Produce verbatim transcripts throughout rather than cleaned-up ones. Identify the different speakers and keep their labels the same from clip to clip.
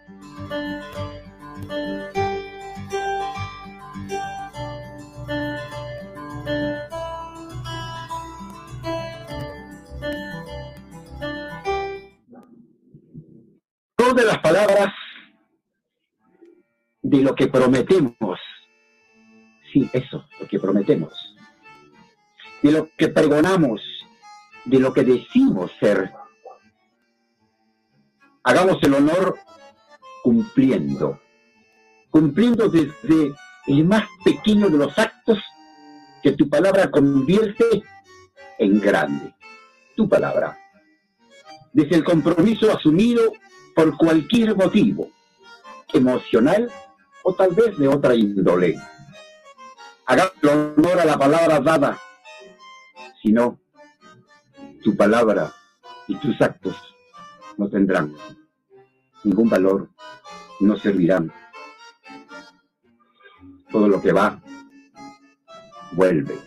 Speaker 1: Todas las palabras de lo que prometemos, sí, eso, lo que prometemos, de lo que pregonamos, de lo que decimos ser. Hagamos el honor cumpliendo, cumpliendo desde el más pequeño de los actos que tu palabra convierte en grande. Tu palabra. Desde el compromiso asumido por cualquier motivo, emocional o tal vez de otra índole. Hagamos honor a la palabra dada, si no, tu palabra y tus actos no tendrán ningún valor, no servirán. Todo lo que va, vuelve.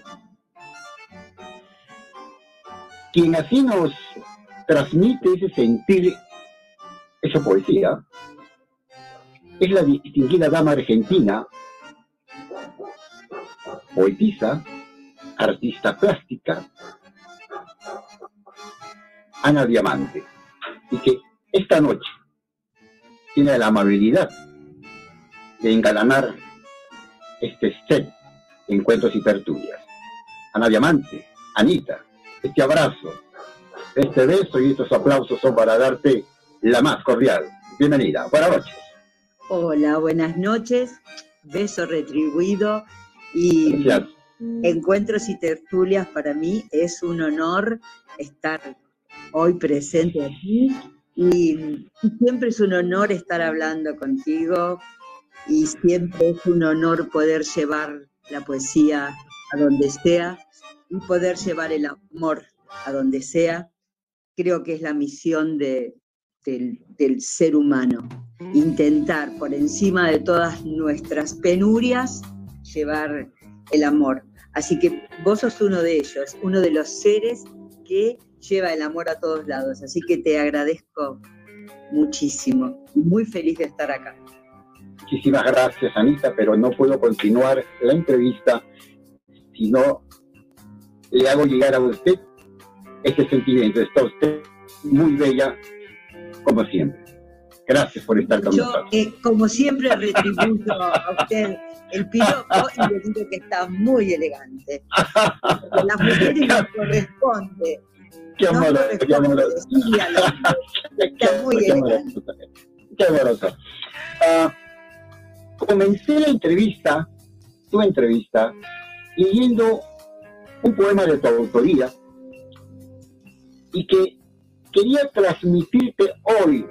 Speaker 1: Quien así nos transmite ese sentir, esa poesía, es la distinguida dama argentina, poetisa, artista plástica, Ana Diamante, y que esta noche tiene la amabilidad de engalanar este set de encuentros y tertulias. Ana Diamante, Anita, este abrazo, este beso y estos aplausos son para darte la más cordial bienvenida. Buenas noches.
Speaker 2: Hola, buenas noches, beso retribuido y
Speaker 1: Gracias.
Speaker 2: Encuentros y tertulias para mí es un honor estar hoy presente aquí y siempre es un honor estar hablando contigo y siempre es un honor poder llevar la poesía a donde sea y poder llevar el amor a donde sea. Creo que es la misión de, del, del ser humano, intentar por encima de todas nuestras penurias llevar el amor. Así que vos sos uno de ellos, uno de los seres que lleva el amor a todos lados. Así que te agradezco muchísimo. Muy feliz de estar acá.
Speaker 1: Muchísimas gracias, Anita, pero no puedo continuar la entrevista si no le hago llegar a usted este sentimiento. Está usted muy bella, como siempre. Gracias por estar con
Speaker 2: Yo,
Speaker 1: nosotros.
Speaker 2: Eh, como siempre, retribuyo a usted el piropo y le digo que está muy elegante. A las mujeres nos corresponde.
Speaker 1: Qué amoroso,
Speaker 2: no
Speaker 1: qué amoroso.
Speaker 2: Decirle al hombre. Está muy
Speaker 1: qué
Speaker 2: elegante.
Speaker 1: amoroso. Qué amoroso. Uh, comencé la entrevista, tu entrevista, leyendo un poema de tu autoría y que quería transmitirte hoy.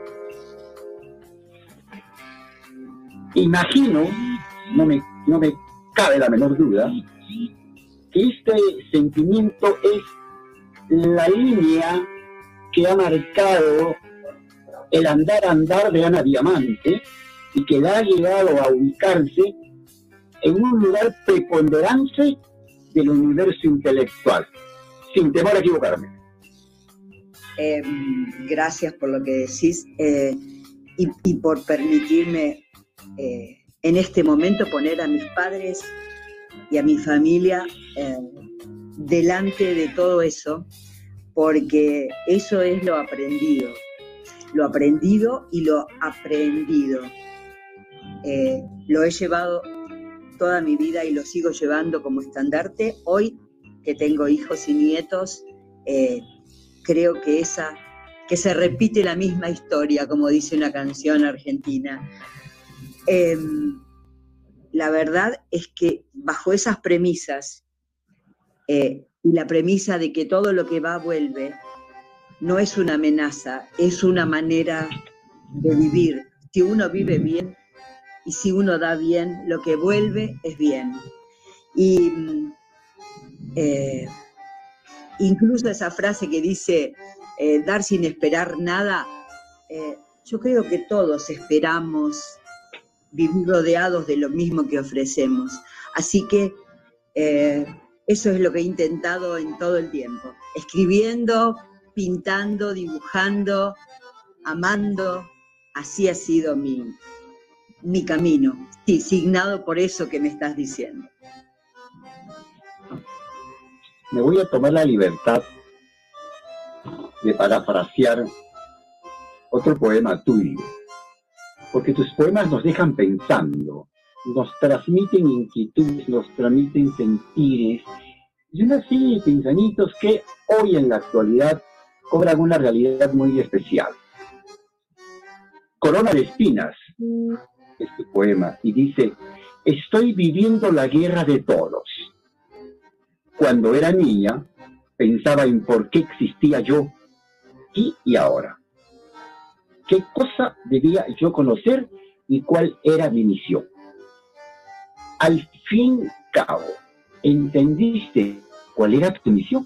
Speaker 1: Imagino, no me, no me cabe la menor duda, que este sentimiento es la línea que ha marcado el andar andar de Ana Diamante y que la ha llegado a ubicarse en un lugar preponderante del universo intelectual, sin temor a equivocarme.
Speaker 2: Eh, gracias por lo que decís eh, y, y por permitirme eh, en este momento poner a mis padres y a mi familia eh, delante de todo eso, porque eso es lo aprendido, lo aprendido y lo aprendido. Eh, lo he llevado toda mi vida y lo sigo llevando como estandarte. Hoy que tengo hijos y nietos, eh, creo que esa, que se repite la misma historia, como dice una canción argentina. Eh, la verdad es que bajo esas premisas, eh, y la premisa de que todo lo que va vuelve, no es una amenaza, es una manera de vivir. Si uno vive bien y si uno da bien, lo que vuelve es bien. Y eh, incluso esa frase que dice eh, dar sin esperar nada, eh, yo creo que todos esperamos vivir rodeados de lo mismo que ofrecemos. Así que eh, eso es lo que he intentado en todo el tiempo, escribiendo, pintando, dibujando, amando, así ha sido mi, mi camino, sí, signado por eso que me estás diciendo.
Speaker 1: Me voy a tomar la libertad de parafrasear otro poema tuyo, porque tus poemas nos dejan pensando, nos transmiten inquietudes, nos transmiten sentires, y una serie de pensamientos que hoy en la actualidad cobran una realidad muy especial. Corona de espinas es tu poema, y dice: estoy viviendo la guerra de todos. Cuando era niña, pensaba en por qué existía yo, aquí y ahora. ¿Qué cosa debía yo conocer y cuál era mi misión? Al fin y al cabo, ¿entendiste cuál era tu misión?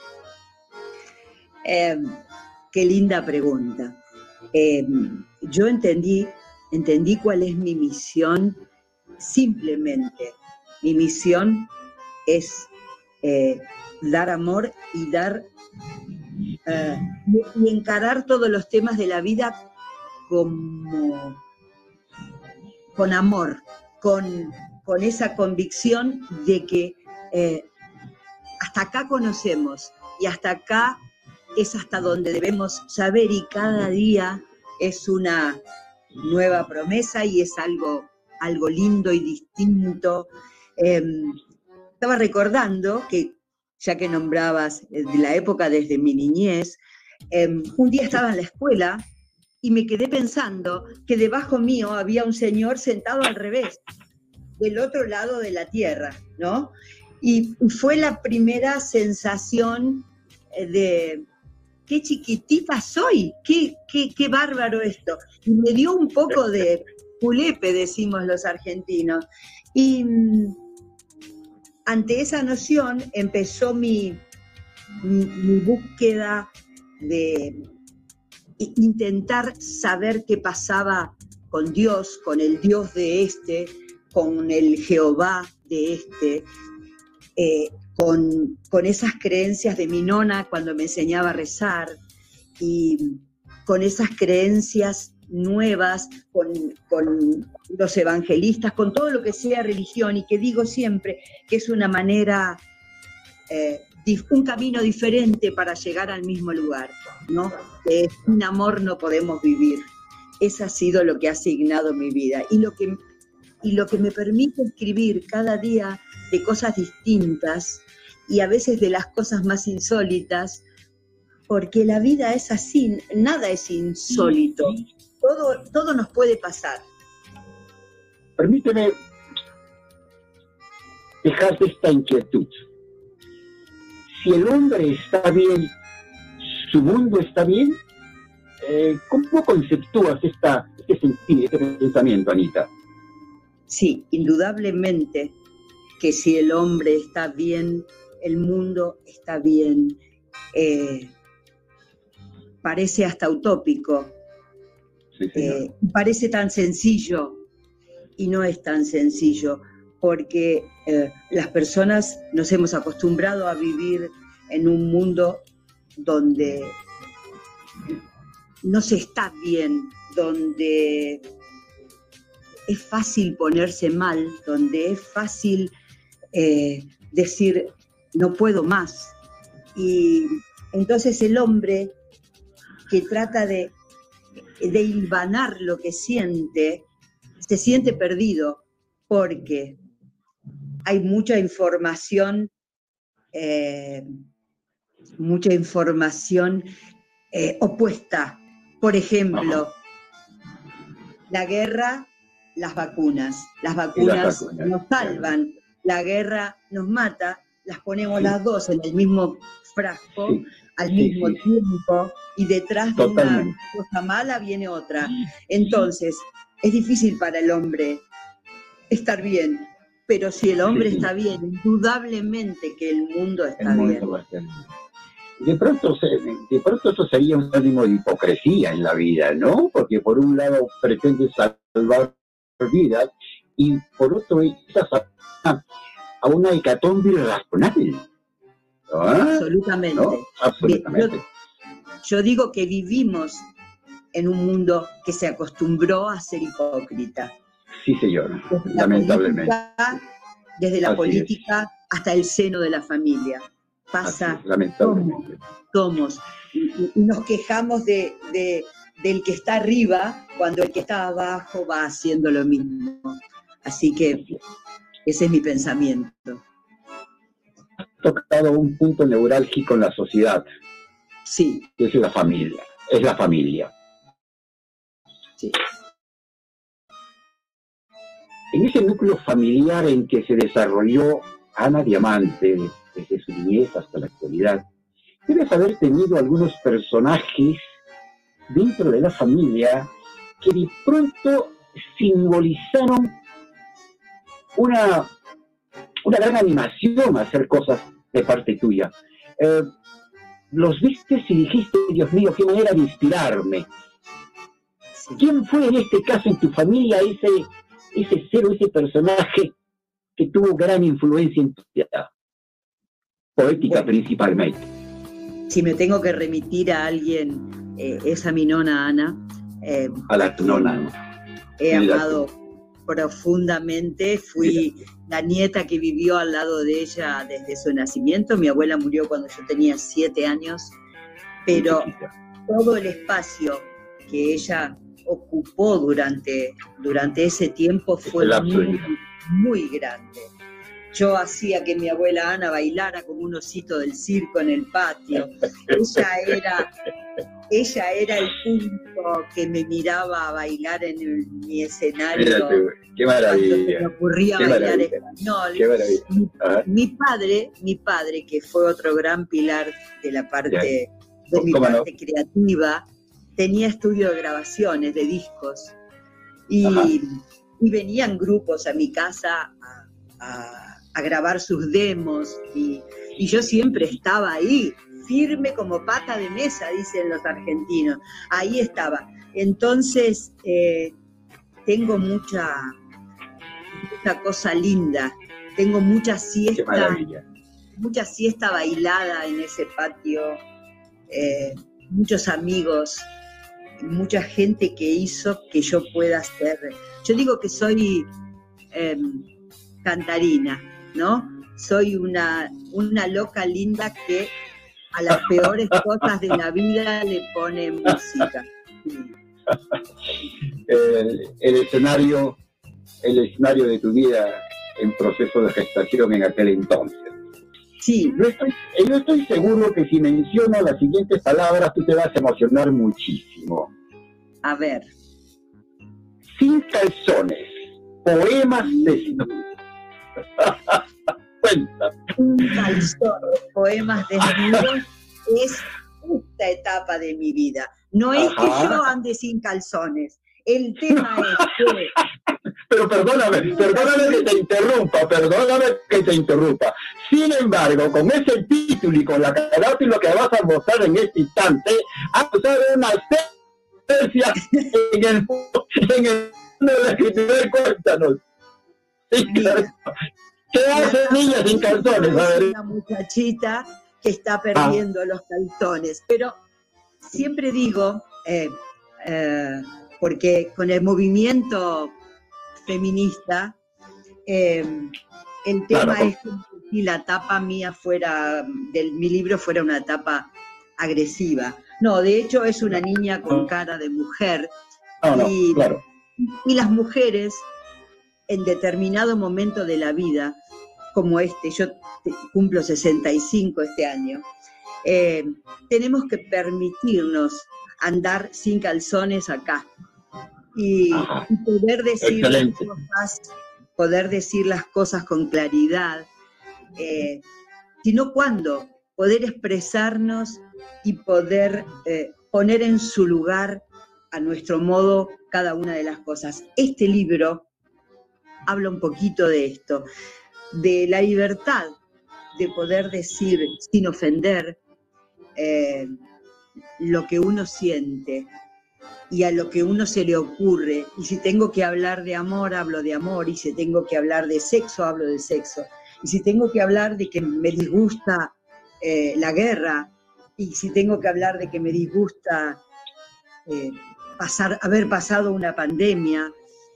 Speaker 2: Eh, qué linda pregunta. Eh, yo entendí, entendí cuál es mi misión simplemente. Mi misión es eh, dar amor y dar eh, y encarar todos los temas de la vida como con amor, con, con esa convicción de que eh, hasta acá conocemos y hasta acá es hasta donde debemos saber, y cada día es una nueva promesa y es algo, algo lindo y distinto. Eh, estaba recordando que, ya que nombrabas de la época desde mi niñez, eh, un día estaba en la escuela y me quedé pensando que debajo mío había un señor sentado al revés, del otro lado de la tierra, ¿no? Y fue la primera sensación de qué chiquitita soy, qué, qué, qué bárbaro esto. Y me dio un poco de pulepe, decimos los argentinos. Y ante esa noción empezó mi, mi, mi búsqueda de intentar saber qué pasaba con Dios, con el Dios de este, con el Jehová de este, eh, con, con esas creencias de mi nona cuando me enseñaba a rezar, y con esas creencias nuevas, con, con los evangelistas, con todo lo que sea religión, y que digo siempre que es una manera, eh, un camino diferente para llegar al mismo lugar, ¿no? Eh, sin amor no podemos vivir. Eso ha sido lo que ha asignado mi vida, y lo que, y lo que me permite escribir cada día de cosas distintas, y a veces de las cosas más insólitas, porque la vida es así, nada es insólito, todo, todo nos puede pasar.
Speaker 1: Permíteme dejarte esta inquietud. Si el hombre está bien, ¿su mundo está bien? Eh, ¿Cómo conceptúas esta, este sentido, este pensamiento, Anita?
Speaker 2: Sí, indudablemente que si el hombre está bien, el mundo está bien. Eh, parece hasta utópico,
Speaker 1: sí,
Speaker 2: eh, parece tan sencillo, y no es tan sencillo, porque eh, las personas nos hemos acostumbrado a vivir en un mundo donde no se está bien, donde es fácil ponerse mal, donde es fácil eh, decir no puedo más. Y entonces el hombre que trata de, de hilvanar lo que siente, se siente perdido, porque hay mucha información, eh, mucha información eh, opuesta. Por ejemplo, la guerra, las vacunas. Las vacunas, las vacunas nos salvan, la guerra nos mata, las ponemos sí. las dos en el mismo frasco, sí. al mismo sí, sí, tiempo, sí. y detrás Totalmente. de una cosa mala viene otra. Entonces, es difícil para el hombre estar bien, pero si el hombre sí, sí. está bien, indudablemente que el mundo está el mundo bien. Va a estar bien.
Speaker 1: De pronto, de pronto eso sería un ánimo de hipocresía en la vida, ¿no? Porque por un lado pretende salvar vidas y por otro estás a, a una hecatombe razonable.
Speaker 2: ¿No? Absolutamente.
Speaker 1: ¿No? Absolutamente.
Speaker 2: Yo, yo digo que vivimos en un mundo que se acostumbró a ser hipócrita.
Speaker 1: Sí, señora,
Speaker 2: Desde
Speaker 1: lamentablemente.
Speaker 2: La política, desde la
Speaker 1: Así
Speaker 2: política
Speaker 1: es.
Speaker 2: hasta el seno de la familia. Pasa,
Speaker 1: Así es, lamentablemente.
Speaker 2: somos, somos. Y, y nos quejamos de, de, del que está arriba cuando el que está abajo va haciendo lo mismo. Así que ese es mi pensamiento.
Speaker 1: Has tocado un punto neurálgico en la sociedad.
Speaker 2: Sí.
Speaker 1: Es la familia. Es la familia.
Speaker 2: Sí.
Speaker 1: En ese núcleo familiar en que se desarrolló Ana Diamante, desde su niñez hasta la actualidad, debes haber tenido algunos personajes dentro de la familia que de pronto simbolizaron una, una gran animación a hacer cosas de parte tuya. Eh, los viste y dijiste, Dios mío, qué manera de inspirarme. Sí. ¿Quién fue en este caso en tu familia ese, ese ser o ese personaje que tuvo gran influencia en tu vida? Poética, bueno, principalmente.
Speaker 2: Si me tengo que remitir a alguien, eh, es a mi nona Ana. Eh,
Speaker 1: a la nona.
Speaker 2: He Mira. amado profundamente. Fui Mira. la nieta que vivió al lado de ella desde su nacimiento. Mi abuela murió cuando yo tenía siete años, pero todo el espacio que ella ocupó durante, durante ese tiempo fue muy, muy grande. Yo hacía que mi abuela Ana bailara como un osito del circo en el patio. Ella era, ella era el punto que me miraba a bailar en el, mi escenario.
Speaker 1: Qué maravilla.
Speaker 2: Se me ocurría Qué bailar español.
Speaker 1: Qué maravilla.
Speaker 2: Mi, mi padre, mi padre, que fue otro gran pilar de la parte, de mi parte no? creativa, tenía estudio de grabaciones, de discos. Y, y venían grupos a mi casa a, a a grabar sus demos, y, y yo siempre estaba ahí, firme como pata de mesa, dicen los argentinos, ahí estaba. Entonces, eh, tengo mucha, mucha cosa linda, tengo mucha siesta, mucha siesta bailada en ese patio, eh, muchos amigos, mucha gente que hizo que yo pueda ser. Yo digo que soy eh, cantarina, ¿no? Soy una, una loca linda que a las peores cosas de la vida le pone música. Sí.
Speaker 1: El, el escenario, el escenario de tu vida en proceso de gestación en aquel entonces.
Speaker 2: Sí.
Speaker 1: Yo estoy, yo estoy seguro que si menciono las siguientes palabras tú te vas a emocionar muchísimo.
Speaker 2: A ver.
Speaker 1: Sin calzones, poemas desnudos. Cuenta.
Speaker 2: Un calzón de poemas desnudos es esta etapa de mi vida. No es Ajá. que yo ande sin calzones. El tema es que...
Speaker 1: Pero perdóname, perdóname que te interrumpa, perdóname que te interrumpa. Sin embargo, con ese título y con la carátula que vas a mostrar en este instante, has usado una tercia en el en el de la escritura. Cuéntanos. Sí, claro. ¿Qué hace niña sin calzones? A ver.
Speaker 2: Una muchachita que está perdiendo ah. los calzones. Pero siempre digo, eh, eh, porque con el movimiento feminista, eh, el tema claro. es que si la tapa mía fuera, de mi libro fuera una tapa agresiva. No, de hecho es una niña con cara de mujer.
Speaker 1: No, no,
Speaker 2: y,
Speaker 1: claro.
Speaker 2: y las mujeres, en determinado momento de la vida, como este, yo cumplo sesenta y cinco este año, eh, tenemos que permitirnos andar sin calzones acá y, y poder decir las cosas, poder decir las cosas con claridad, eh, sino cuando poder expresarnos y poder eh, poner en su lugar a nuestro modo cada una de las cosas. Este libro habla un poquito de esto, de la libertad de poder decir sin ofender eh, lo que uno siente y a lo que uno se le ocurre. Y si tengo que hablar de amor, hablo de amor, y si tengo que hablar de sexo, hablo de sexo, y si tengo que hablar de que me disgusta eh, la guerra, y si tengo que hablar de que me disgusta eh, pasar, haber pasado una pandemia,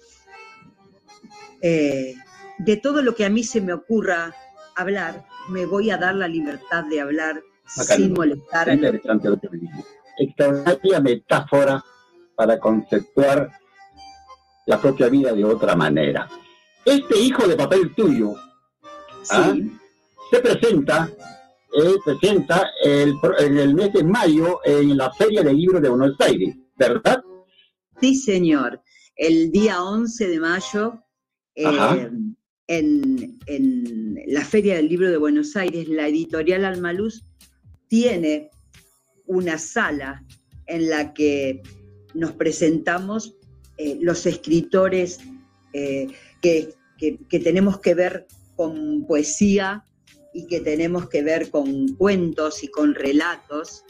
Speaker 2: eh, de todo lo que a mí se me ocurra hablar, me voy a dar la libertad de hablar
Speaker 1: Acá
Speaker 2: sin
Speaker 1: no.
Speaker 2: molestar a los...
Speaker 1: Extraordinaria metáfora para conceptuar la propia vida de otra manera. Este hijo de papel tuyo, ¿ah?
Speaker 2: Sí.
Speaker 1: se presenta, eh, presenta el, en el mes de mayo en la Feria del Libro de Buenos Aires, ¿verdad?
Speaker 2: Sí, señor. El día once de mayo, eh, en, en la Feria del Libro de Buenos Aires, la editorial Almaluz tiene una sala en la que nos presentamos eh, los escritores eh, que, que, que tenemos que ver con poesía y que tenemos que ver con cuentos y con relatos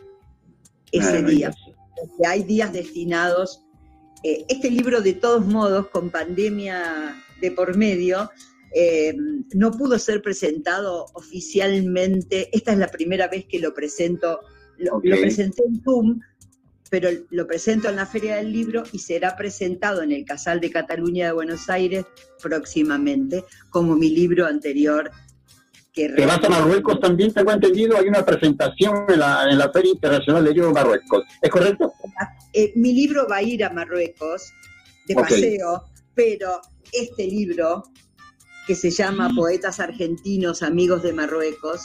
Speaker 2: ese día. Porque hay días destinados. Eh, este libro, de todos modos, con pandemia de por medio, eh, no pudo ser presentado oficialmente. Esta es la primera vez que lo presento. Lo, okay. lo presenté en Zoom, pero lo presento en la Feria del Libro y será presentado en el Casal de Cataluña de Buenos Aires próximamente, como mi libro anterior. Que
Speaker 1: ¿Te vas a Marruecos también? Tengo entendido, hay una presentación en la, en la Feria Internacional de Libro de Marruecos. ¿Es correcto?
Speaker 2: Eh, mi libro va a ir a Marruecos de okay. paseo, pero este libro, que se llama Poetas Argentinos, Amigos de Marruecos,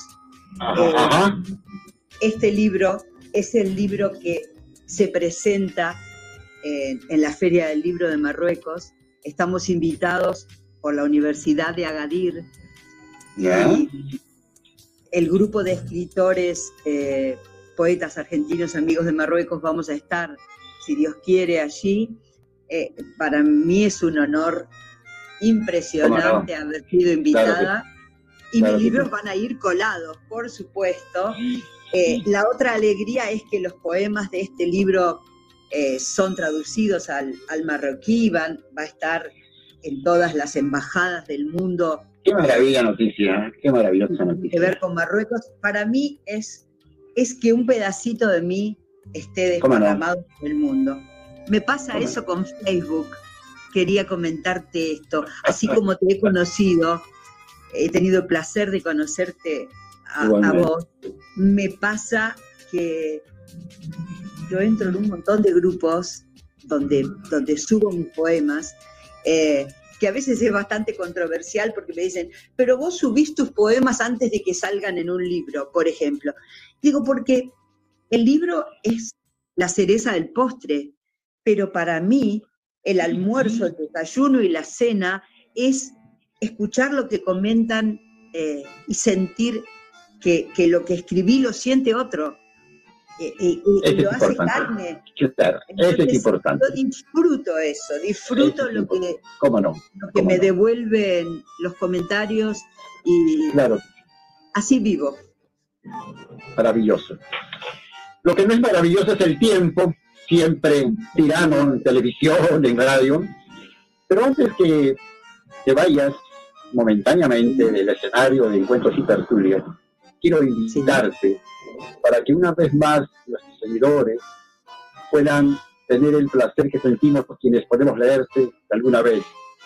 Speaker 1: ajá.
Speaker 2: Eh, este libro es el libro que se presenta eh, en la Feria del Libro de Marruecos. Estamos invitados por la Universidad de Agadir,
Speaker 1: yeah.
Speaker 2: y el grupo de escritores, eh, poetas argentinos, amigos de Marruecos, vamos a estar, si Dios quiere, allí. Eh, para mí es un honor impresionante no? haber sido invitada. Claro que, y claro mis libros sí. van a ir colados, por supuesto. Eh, la otra alegría es que los poemas de este libro eh, son traducidos al, al marroquí, van, va a estar en todas las embajadas del mundo.
Speaker 1: Qué maravilla noticia, qué maravillosa noticia.
Speaker 2: Que ver con Marruecos, para mí es, es que un pedacito de mí esté desparramado no? por el mundo. Me pasa eso no? con Facebook. Quería comentarte esto. Así como te he conocido, he tenido el placer de conocerte a, a vos, me pasa que yo entro en un montón de grupos donde, donde subo mis poemas, eh, que a veces es bastante controversial porque me dicen, pero vos subís tus poemas antes de que salgan en un libro, por ejemplo. Digo, porque el libro es la cereza del postre, pero para mí el almuerzo, el desayuno y la cena es escuchar lo que comentan eh, y sentir que, que lo que escribí lo siente otro. Eh, eh, y lo hace carne.
Speaker 1: Claro, eso es importante.
Speaker 2: Yo disfruto eso, disfruto eso lo que,
Speaker 1: ¿Cómo no?
Speaker 2: lo que
Speaker 1: ¿Cómo
Speaker 2: me
Speaker 1: no?
Speaker 2: devuelven los comentarios y
Speaker 1: claro.
Speaker 2: así vivo.
Speaker 1: Maravilloso. Lo que no es maravilloso es el tiempo, siempre tirano en televisión, en radio. Pero antes que te vayas momentáneamente del escenario de Encuentros y Tertulias, quiero invitarte sí. para que una vez más nuestros seguidores puedan tener el placer que sentimos quienes podemos leerte alguna vez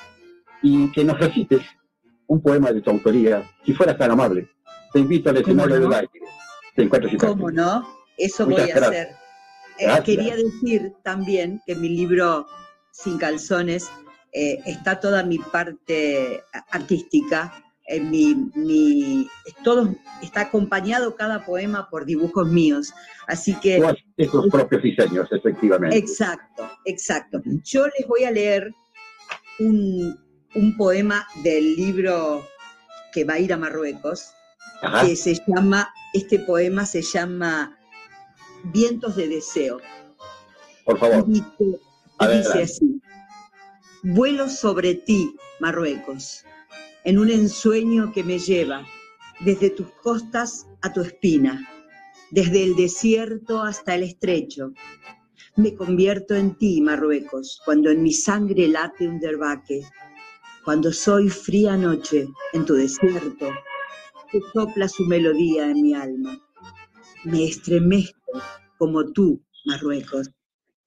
Speaker 1: y que nos recites un poema de tu autoría, si fueras tan amable. Te invito al escenario del aire de Encuentros y Tertulias.
Speaker 2: ¿Cómo no? Eso Muchas voy a gracias. hacer. Eh, quería decir también que mi libro Sin Calzones eh, está toda mi parte artística. Eh, mi, mi, todo, está acompañado cada poema por dibujos míos, así que...
Speaker 1: Esos propios diseños, efectivamente.
Speaker 2: Exacto, exacto. Yo les voy a leer un, un poema del libro que va a ir a Marruecos, Ajá. que se llama, este poema se llama Vientos de Deseo.
Speaker 1: Por favor.
Speaker 2: Y dice, y dice así: vuelo sobre ti, Marruecos, en un ensueño que me lleva desde tus costas a tu espina, desde el desierto hasta el estrecho. Me convierto en ti, Marruecos, cuando en mi sangre late un derbaque, cuando soy fría noche en tu desierto, que sopla su melodía en mi alma. Me estremezco como tú, Marruecos,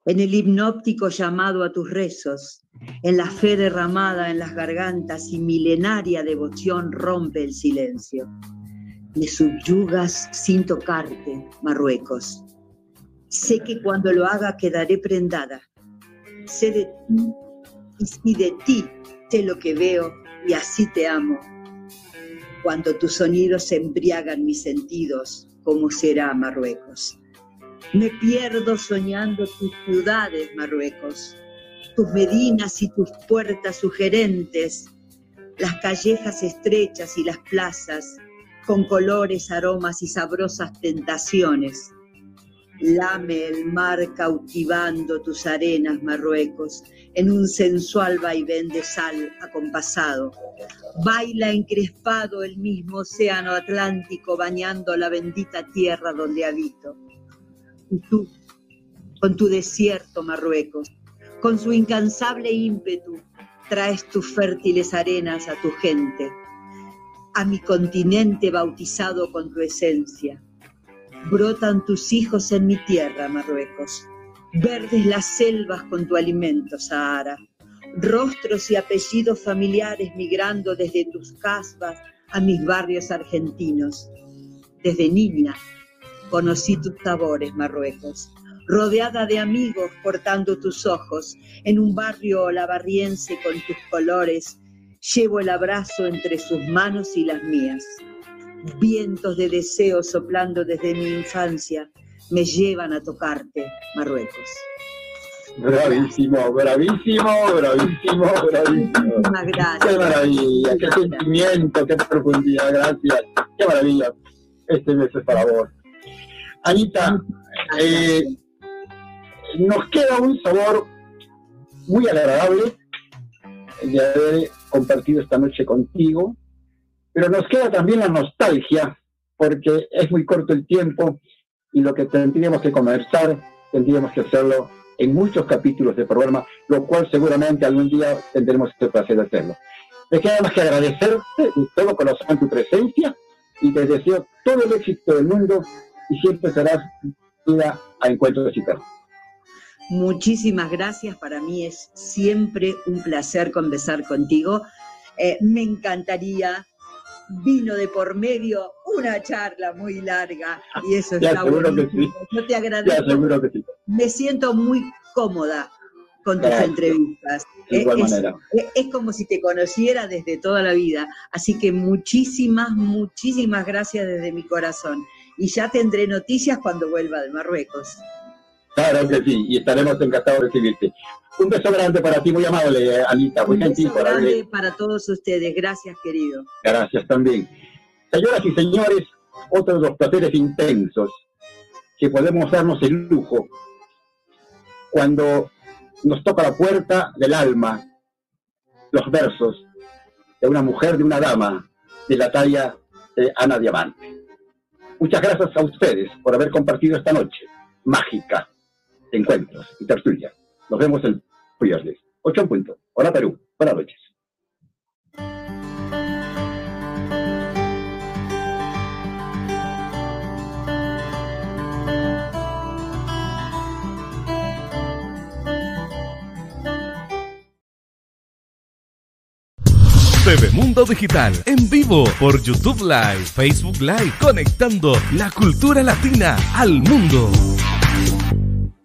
Speaker 2: en el hipnóptico llamado a tus rezos, en la fe derramada en las gargantas y milenaria devoción rompe el silencio. Me subyugas sin tocarte, Marruecos. Sé que cuando lo haga quedaré prendada. Sé de ti y si de ti sé lo que veo y así te amo. Cuando tus sonidos embriagan mis sentidos, ¿cómo será Marruecos? Me pierdo soñando tus ciudades, Marruecos, tus medinas y tus puertas sugerentes, las callejas estrechas y las plazas, con colores, aromas y sabrosas tentaciones. Lame el mar cautivando tus arenas, Marruecos, en un sensual vaivén de sal acompasado. Baila encrespado el mismo océano Atlántico bañando la bendita tierra donde habito. Y tú, con tu desierto, Marruecos, con su incansable ímpetu, traes tus fértiles arenas a tu gente, a mi continente bautizado con tu esencia. Brotan tus hijos en mi tierra, Marruecos, verdes las selvas con tu alimento, Sahara, rostros y apellidos familiares migrando desde tus casbas a mis barrios argentinos. Desde niña conocí tus sabores, Marruecos, rodeada de amigos portando tus ojos, en un barrio olavarriense con tus colores, llevo el abrazo entre sus manos y las mías. Vientos de deseo soplando desde mi infancia me llevan a tocarte, Marruecos.
Speaker 1: Bravísimo, bravísimo, bravísimo, bravísimo.
Speaker 2: Muchísimas gracias.
Speaker 1: Qué maravilla, qué sentimiento, qué profundidad, gracias. Qué maravilla. Este beso es para vos. Anita, eh, nos queda un sabor muy agradable de haber compartido esta noche contigo, pero nos queda también la nostalgia, porque es muy corto el tiempo y lo que tendríamos que conversar, tendríamos que hacerlo en muchos capítulos del programa, lo cual seguramente algún día tendremos el placer de hacerlo. Me queda más que agradecerte de todo corazón tu presencia y te deseo todo el éxito del mundo y siempre serás ida a encuentros y perros.
Speaker 2: Muchísimas gracias, para mí es siempre un placer conversar contigo. Eh, me encantaría, vino de por medio una charla muy larga y eso
Speaker 1: ya,
Speaker 2: está
Speaker 1: seguro
Speaker 2: buenísimo.
Speaker 1: Que sí.
Speaker 2: Yo te agradezco.
Speaker 1: Ya, seguro que sí.
Speaker 2: Me siento muy cómoda con tus
Speaker 1: Gracias.
Speaker 2: entrevistas.
Speaker 1: De igual
Speaker 2: es,
Speaker 1: manera.
Speaker 2: Es, es como si te conociera desde toda la vida. Así que muchísimas, muchísimas gracias desde mi corazón. Y ya tendré noticias cuando vuelva de Marruecos.
Speaker 1: Claro que sí, y estaremos encantados de recibirte. Un beso grande para ti, muy amable, Anita. Muy
Speaker 2: Un
Speaker 1: gentil.
Speaker 2: beso
Speaker 1: Por
Speaker 2: grande
Speaker 1: haberle...
Speaker 2: para todos ustedes. Gracias, querido.
Speaker 1: Gracias también. Señoras y señores, otro de los placeres intensos que podemos darnos el lujo cuando nos toca la puerta del alma, los versos de una mujer, de una dama, de la talla de Ana Diamante. Muchas gracias a ustedes por haber compartido esta noche mágica de encuentros y tertulia. Nos vemos el viernes, ocho en punto. Hola Perú, buenas noches.
Speaker 3: T V Mundo Digital, en vivo por YouTube Live, Facebook Live, conectando la cultura latina al mundo.